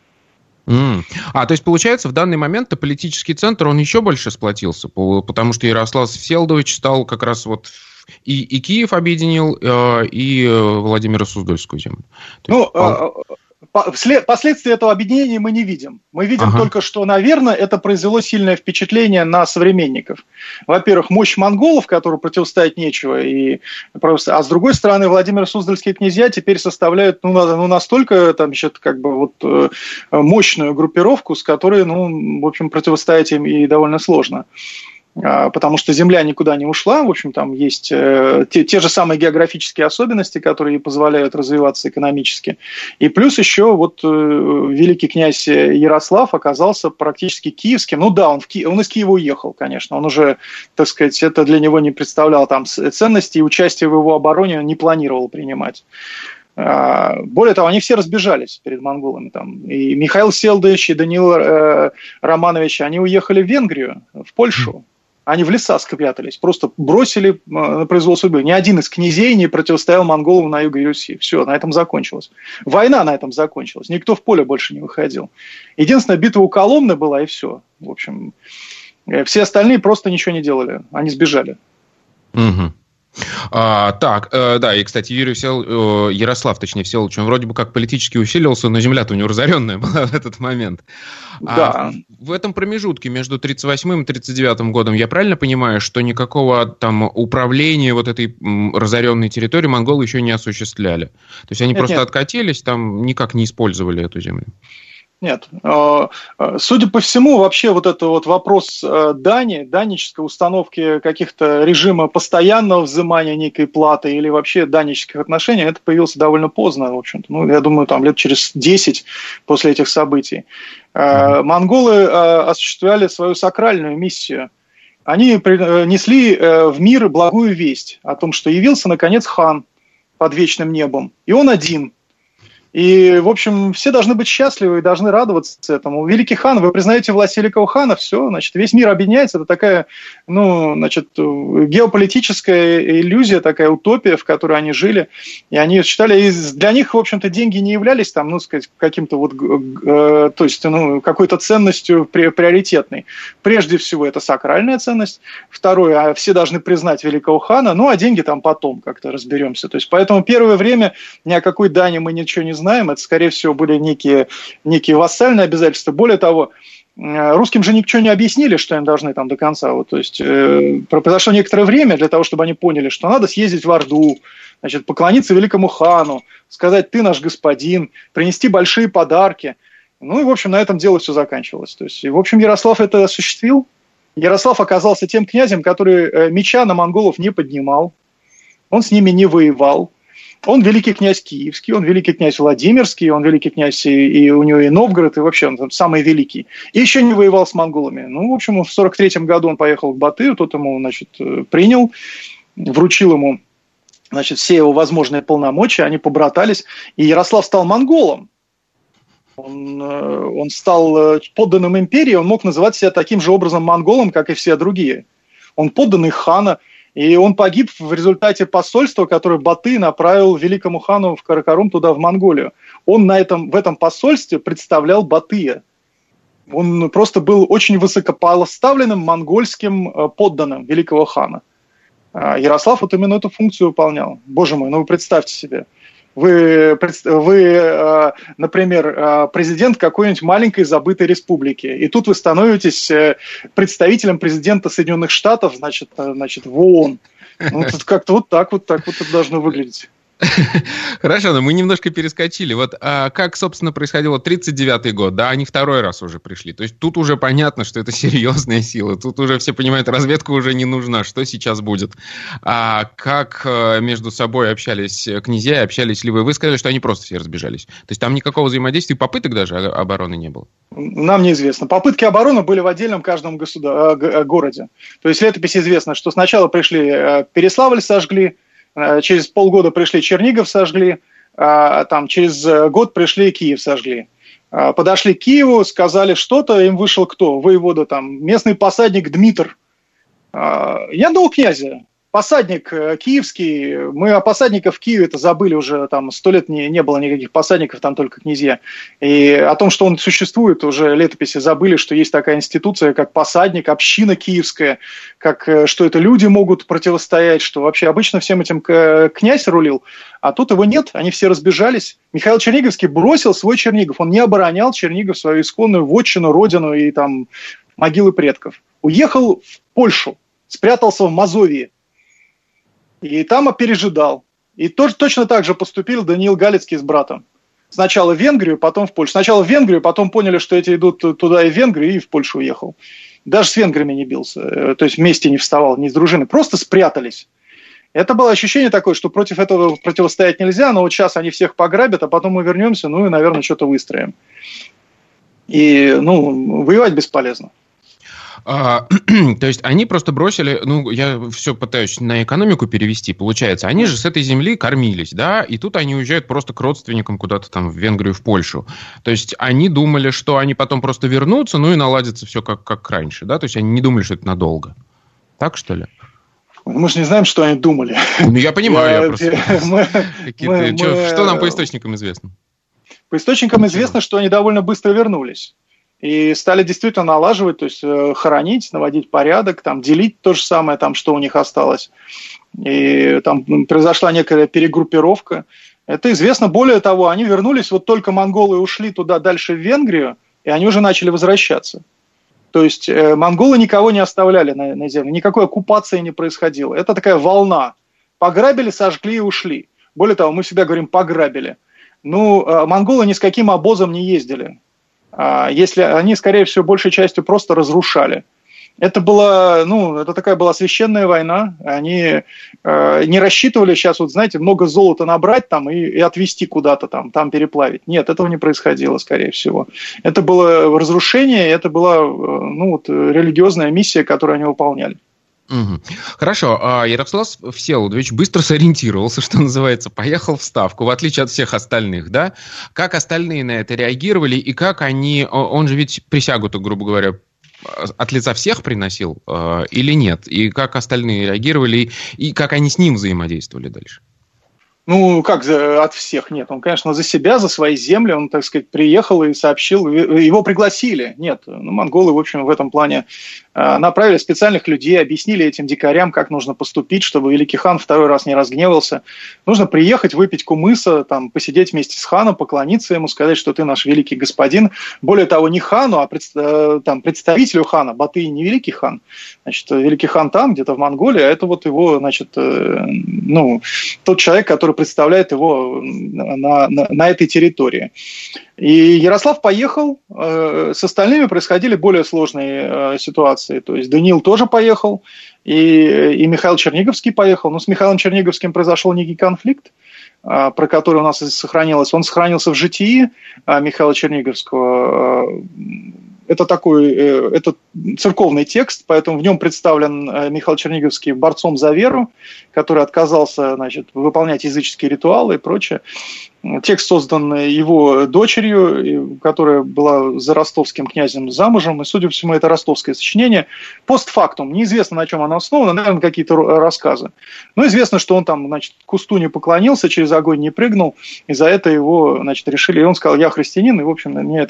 То есть, получается, в данный момент политический центр, он еще больше сплотился, потому что Ярослав Всеволодович стал как раз вот и Киев объединил, и Владимиро-Суздальскую землю. Последствия этого объединения мы не видим. Мы видим только, что, наверное, это произвело сильное впечатление на современников. Во-первых, мощь монголов, которой противостоять нечего, а с другой стороны, Владимиро-Суздальские князья теперь составляют настолько там, как бы, вот, мощную группировку, с которой, в общем, противостоять им и довольно сложно. Потому что земля никуда не ушла, в общем, там есть те же самые географические особенности, которые позволяют развиваться экономически. И плюс еще вот великий князь Ярослав оказался практически киевским. Ну да, он из Киева уехал, конечно. Он уже, так сказать, это для него не представляло там ценности, и участие в его обороне он не планировал принимать. Более того, они все разбежались перед монголами. Там. И Михаил Всеволодович, и Даниил Романович, они уехали в Венгрию, в Польшу. Они в леса спрятались, просто бросили на произвол судьбы. Ни один из князей не противостоял монголам на юге Руси. Все, на этом закончилось. Война на этом закончилась. Никто в поле больше не выходил. Единственная битва у Коломны была, и все. В общем, все остальные просто ничего не делали. Они сбежали. Угу. Да, и, кстати, Ярослав Всеволодович, он вроде бы как политически усилился, но земля-то у него разоренная была в этот момент. Да. В этом промежутке между 1938 и 1939 годом, я правильно понимаю, что никакого там управления вот этой разоренной территории монголы еще не осуществляли? То есть они просто откатились, там никак не использовали эту землю? Нет. Судя по всему, вообще вот это вот вопрос даннической установки каких-то режима постоянного взимания некой платы или вообще даннических отношений, это появился довольно поздно, в общем-то. Ну, я думаю, там лет через 10 после этих событий. Монголы осуществляли свою сакральную миссию. Они несли в мир благую весть о том, что явился, наконец, хан под вечным небом. И он один. И, в общем, все должны быть счастливы и должны радоваться этому. Великий хан, вы признаете власть великого хана, все, значит, весь мир объединяется. Это такая, геополитическая иллюзия, такая утопия, в которой они жили. И они считали, и для них, в общем-то, деньги не являлись там, каким-то какой-то ценностью приоритетной. Прежде всего, это сакральная ценность. Второе, все должны признать великого хана, а деньги там потом как-то разберемся. То есть, поэтому первое время ни о какой дани мы ничего не знаем, это, скорее всего, были некие вассальные обязательства. Более того, русским же ничего не объяснили, что им должны там до конца. Произошло некоторое время для того, чтобы они поняли, что надо съездить в Орду, значит, поклониться великому хану, сказать «ты наш господин», принести большие подарки. И, в общем, на этом дело все заканчивалось. То есть, в общем, Ярослав это осуществил. Ярослав оказался тем князем, который меча на монголов не поднимал, он с ними не воевал. Он великий князь Киевский, он великий князь Владимирский, он великий князь и у него и Новгород, и вообще он там самый великий. И еще не воевал с монголами. В общем, в 1943 году он поехал к Батыю, тот ему, принял, вручил ему, все его возможные полномочия, они побратались, и Ярослав стал монголом. Он стал подданным империи, он мог называть себя таким же образом монголом, как и все другие. Он подданный хана. И он погиб в результате посольства, которое Батый направил великому хану в Каракарум туда, в Монголию. Он в этом посольстве представлял Батыя. Он просто был очень высокопоставленным монгольским подданным великого хана. Ярослав именно эту функцию выполнял. Боже мой, вы представьте себе. Вы, например, президент какой-нибудь маленькой забытой республики, и тут вы становитесь представителем президента Соединенных Штатов, значит, в ООН. Тут как-то вот так это должно выглядеть. Хорошо, но мы немножко перескочили. Как, собственно, происходило 1939 год, да, они второй раз уже пришли. То есть тут уже понятно, что это серьезная сила. Тут уже все понимают, разведка уже не нужна, что сейчас будет. Как между собой общались князья, общались ли вы? Вы сказали, что они просто все разбежались. То есть там никакого взаимодействия, попыток даже обороны не было? Нам неизвестно. Попытки обороны были в отдельном каждом городе. То есть летопись известна, что сначала пришли Переславль, сожгли, через полгода пришли Чернигов, сожгли, через год пришли Киев, сожгли. Подошли к Киеву, сказали что-то, им вышел кто? Воевода, местный посадник Дмитр. Яндул князя, посадник киевский. Мы о посадниках в Киеве-то забыли уже, 100 лет не было никаких посадников, там только князья. И о том, что он существует, уже летописи забыли, что есть такая институция, как посадник, община киевская, что это люди могут противостоять, что вообще обычно всем этим князь рулил, а тут его нет, они все разбежались. Михаил Черниговский бросил свой Чернигов, он не оборонял Чернигов, свою исконную вотчину, родину и могилы предков. Уехал в Польшу, спрятался в Мазовии. И там пережидал. И точно так же поступил Даниил Галицкий с братом. Сначала в Венгрию, потом в Польшу. Сначала в Венгрию, потом поняли, что эти идут туда и в Венгрию, и в Польшу уехал. Даже с венграми не бился. То есть вместе не вставал, ни с дружиной. Просто спрятались. Это было ощущение такое, что против этого противостоять нельзя, но сейчас они всех пограбят, а потом мы вернемся, и, наверное, что-то выстроим. И, воевать бесполезно. То есть они просто бросили, я все пытаюсь на экономику перевести, получается, они же с этой земли кормились, да, и тут они уезжают просто к родственникам куда-то там в Венгрию, в Польшу. То есть они думали, что они потом просто вернутся, и наладится все как раньше, да, то есть они не думали, что это надолго. Так, что ли? Мы же не знаем, что они думали. Я понимаю, что нам по источникам известно? По источникам известно, что они довольно быстро вернулись. и стали действительно налаживать, то есть хоронить, наводить порядок, там, делить то же самое, там, что у них осталось. И там произошла некая перегруппировка. Это известно. Более того, они вернулись, вот только монголы ушли туда дальше в Венгрию, и они уже начали возвращаться. То есть монголы никого не оставляли на земле, никакой оккупации не происходило. Это такая волна. Пограбили, сожгли и ушли. Более того, мы всегда говорим «пограбили». Ну, монголы ни с каким обозом не ездили. Если они, скорее всего, большей частью просто разрушали. Это такая была священная война. Они не рассчитывали сейчас, вот знаете, много золота набрать там и отвезти куда-то там переплавить. Нет, этого не происходило, скорее всего. Это было разрушение, это была религиозная миссия, которую они выполняли. Угу. Хорошо, Ярослав Всеволодович быстро сориентировался, что называется, поехал в Ставку, в отличие от всех остальных, да? Как остальные на это реагировали, и как он же ведь присягу-то, грубо говоря, от лица всех приносил или нет? И как остальные реагировали, и как они с ним взаимодействовали дальше? Ну, как от всех? Нет, он, конечно, за себя, за свои земли, он, так сказать, приехал и сообщил, его пригласили. Нет, монголы, в общем, в этом плане направили специальных людей, объяснили этим дикарям, как нужно поступить, чтобы великий хан второй раз не разгневался. Нужно приехать, выпить кумыса, там, посидеть вместе с ханом, поклониться ему, сказать, что ты наш великий господин. Более того, не хану, а представителю хана. Батый не великий хан. Значит, великий хан там, где-то в Монголии, а это вот его, значит, тот человек, который представляет его на этой территории. И Ярослав поехал, с остальными происходили более сложные ситуации. То есть Даниил тоже поехал, и Михаил Черниговский поехал. Но с Михаилом Черниговским произошел некий конфликт, про который у нас сохранилось. Он сохранился в житии Михаила Черниговского. Это церковный текст, поэтому в нем представлен Михаил Черниговский борцом за веру, который отказался, значит, выполнять языческие ритуалы и прочее. Текст создан его дочерью, которая была за ростовским князем замужем, и, судя по всему, это ростовское сочинение. Постфактум, неизвестно, на чем оно основано, наверное, какие-то рассказы. Но известно, что он там, значит, кусту не поклонился, через огонь не прыгнул, и за это его, значит, решили. И он сказал: я христианин, и, в общем, меня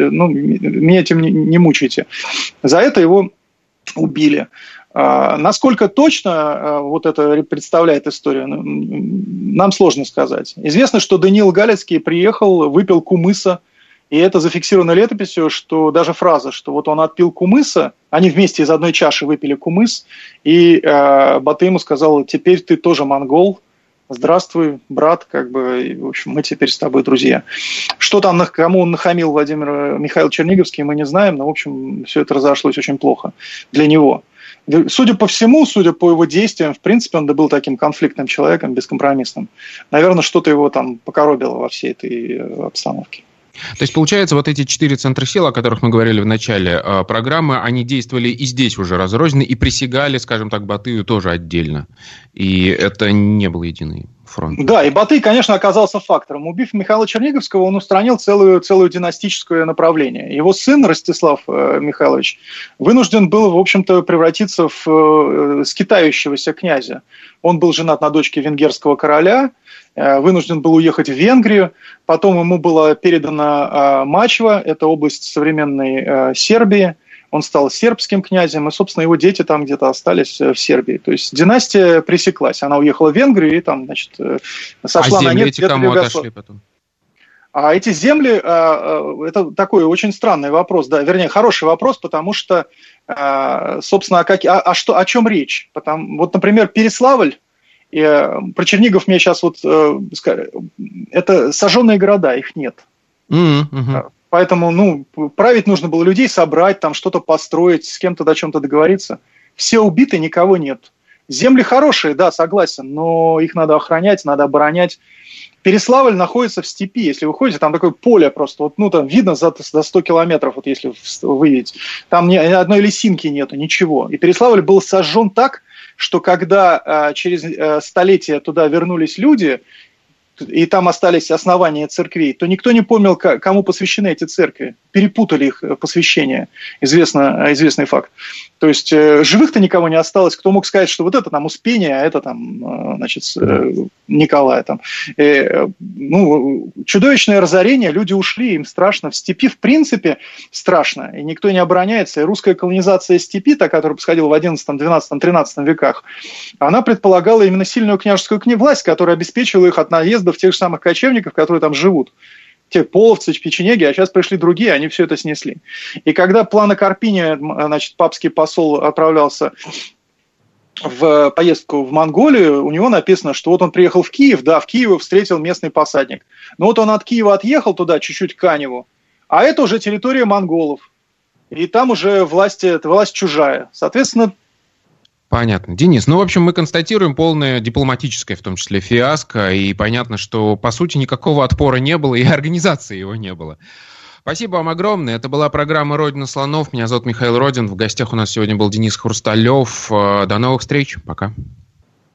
этим не мучайте. За это его убили. Насколько точно вот это представляет историю, нам сложно сказать. Известно, что Даниил Галицкий приехал, выпил кумыса, и это зафиксировано летописью, что даже фраза, что вот он отпил кумыса, они вместе из одной чаши выпили кумыс, и Батый ему сказал: теперь ты тоже монгол, здравствуй, брат, как бы, в общем, мы теперь с тобой друзья. Что там, кому он нахамил Михаил Черниговский, мы не знаем, но, в общем, все это разошлось очень плохо для него. Судя по всему, судя по его действиям, в принципе, он был таким конфликтным человеком, бескомпромиссным. Наверное, что-то его там покоробило во всей этой обстановке. То есть, получается, вот эти 4 центра сил, о которых мы говорили в начале программы, они действовали и здесь уже разрозненно, и присягали, скажем так, Батыю тоже отдельно. И это не был единый фронт. Да, и Батый, конечно, оказался фактором. Убив Михаила Черниговского, он устранил целое династическое направление. Его сын, Ростислав Михайлович, вынужден был, в общем-то, превратиться в скитающегося князя. Он был женат на дочке венгерского короля, вынужден был уехать в Венгрию, потом ему была передана Мачва, это область современной Сербии, он стал сербским князем, и, собственно, его дети там где-то остались в Сербии. То есть династия пресеклась, она уехала в Венгрию и там, значит, сошла на нет где-то в Югославии. А эти земли, это такой очень странный вопрос, да, вернее, хороший вопрос, потому что, собственно, о чем речь? Вот, например, Переславль, про Чернигов мне сейчас вот это сожженные города, их нет. Поэтому, править нужно было людей, собрать, там что-то построить, с кем-то о чем-то договориться. Все убиты, никого нет. Земли хорошие, да, согласен, но их надо охранять, надо оборонять. Переславль находится в степи, если вы ходите, там такое поле просто, там видно за 100 километров, вот если вы видите. Там ни одной лесинки нету, ничего. И Переславль был сожжен так, что когда через столетия туда вернулись люди, и там остались основания церквей, то никто не помнил, кому посвящены эти церкви. Перепутали их посвящение, известный факт. То есть живых-то никого не осталось. Кто мог сказать, что вот это там Успение, а это там, значит, Николай. Там. Чудовищное разорение, люди ушли, им страшно. В степи, в принципе, страшно, и никто не обороняется. И русская колонизация степи, та, которая происходила в 11, 12, 13 веках, она предполагала именно сильную княжескую власть, которая обеспечивала их от наездов тех же самых кочевников, которые там живут. Те половцы, печенеги, а сейчас пришли другие, они все это снесли. И когда плана Карпини, значит, папский посол отправлялся в поездку в Монголию, у него написано, что вот он приехал в Киев, да, в Киеве встретил местный посадник. Но вот он от Киева отъехал туда, чуть-чуть к Каневу, а это уже территория монголов. И там уже власть чужая. Соответственно, понятно. Денис, в общем, мы констатируем полное дипломатическое, в том числе, фиаско, и понятно, что, по сути, никакого отпора не было, и организации его не было. Спасибо вам огромное. Это была программа «Родина слонов». Меня зовут Михаил Родин. В гостях у нас сегодня был Денис Хрусталев. До новых встреч. Пока.